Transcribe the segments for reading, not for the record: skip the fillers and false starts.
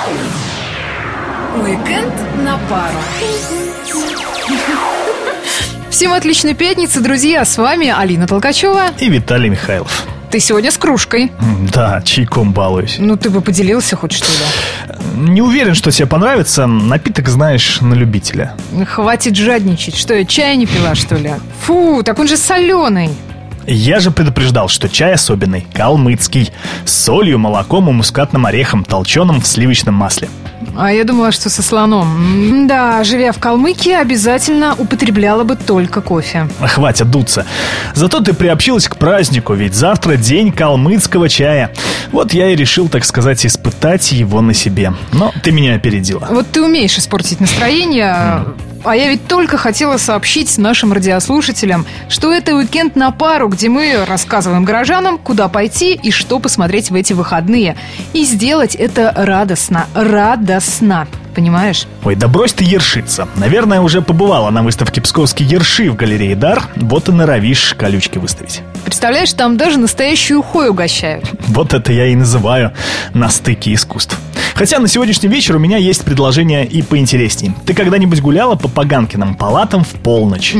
Уикенд на пару. Всем отличной пятницы, друзья. С вами Алина Толкачева и Виталий Михайлов. Ты сегодня с кружкой. Да, чайком балуюсь. Ну, ты бы поделился хоть, что ли? Не уверен, что тебе понравится. Напиток, знаешь, на любителя. Хватит жадничать. Что, я чай не пила, что ли? Фу, так он же соленый. Я же предупреждал, что чай особенный, калмыцкий, с солью, молоком и мускатным орехом, толченым в сливочном масле. А я думала, что со слоном. Да, живя в Калмыкии, обязательно употребляла бы только кофе. Хватит дуться. Зато ты приобщилась к празднику, ведь завтра день калмыцкого чая. Вот я и решил, так сказать, испытать его на себе. Но ты меня опередила. Вот ты умеешь испортить настроение. А я ведь только хотела сообщить нашим радиослушателям, что это уикенд на пару, где мы рассказываем горожанам, куда пойти и что посмотреть в эти выходные. И сделать это радостно. Радостно. Понимаешь? Ой, да брось ты ершиться. Наверное, уже побывала на выставке «Псковские ерши» в галерее «Дар». Вот и норовишь колючки выставить. Представляешь, там даже настоящую ухой угощают. Вот это я и называю на стыке искусств. Хотя на сегодняшний вечер у меня есть предложение и поинтересней. Ты когда-нибудь гуляла по Паганкиным палатам в полночь?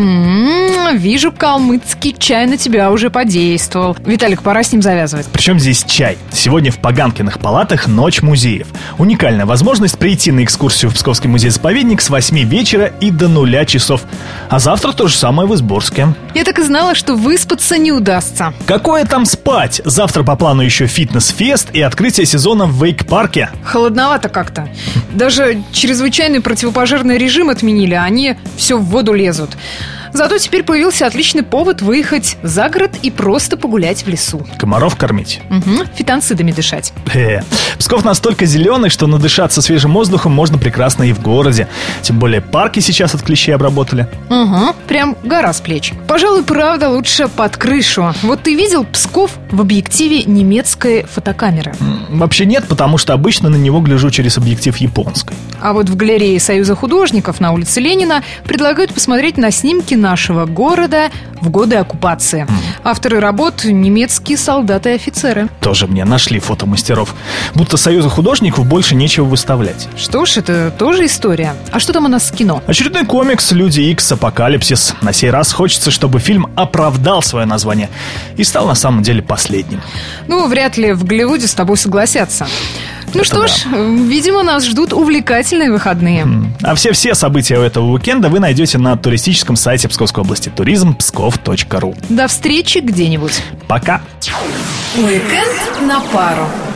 Вижу, калмыцкий чай на тебя уже подействовал. Виталик, пора с ним завязывать. Причем здесь чай? Сегодня в Паганкиных палатах ночь музеев. Уникальная возможность прийти на экскурсию в Псковский музей-заповедник с 8 вечера и до 0 часов. А завтра то же самое в Изборске. Я так и знала, что выспаться не удастся. Какое там спать? Завтра по плану еще фитнес-фест и открытие сезона в вейк-парке. Холодновато как-то. Даже чрезвычайный противопожарный режим отменили, а они все в воду лезут. Зато теперь появился отличный повод выехать за город и просто погулять в лесу. Комаров кормить. Фитонцидами дышать. Псков настолько зеленый, что надышаться свежим воздухом можно прекрасно и в городе. Тем более парки сейчас от клещей обработали. Прям гора с плеч. Пожалуй, правда, лучше под крышу. Вот ты видел Псков в объективе немецкой фотокамеры? Вообще нет, потому что обычно на него гляжу через объектив японской. А вот в галерее Союза художников на улице Ленина предлагают посмотреть на снимки нашего города в годы оккупации. Авторы работ — немецкие солдаты и офицеры. Тоже мне нашли фотомастеров. Будто Союзу художников больше нечего выставлять. Что ж, это тоже история. А что там у нас с кино? Очередной комикс «Люди Икс. Апокалипсис». На сей раз хочется, чтобы фильм оправдал свое название и стал на самом деле последним. Ну, вряд ли в Голливуде с тобой согласятся. Ну что ж, видимо, нас ждут увлекательные выходные. А все события этого уикенда вы найдете на туристическом сайте Псковской области turism.pskov.ru. До встречи где-нибудь. Пока. Уикенд на пару.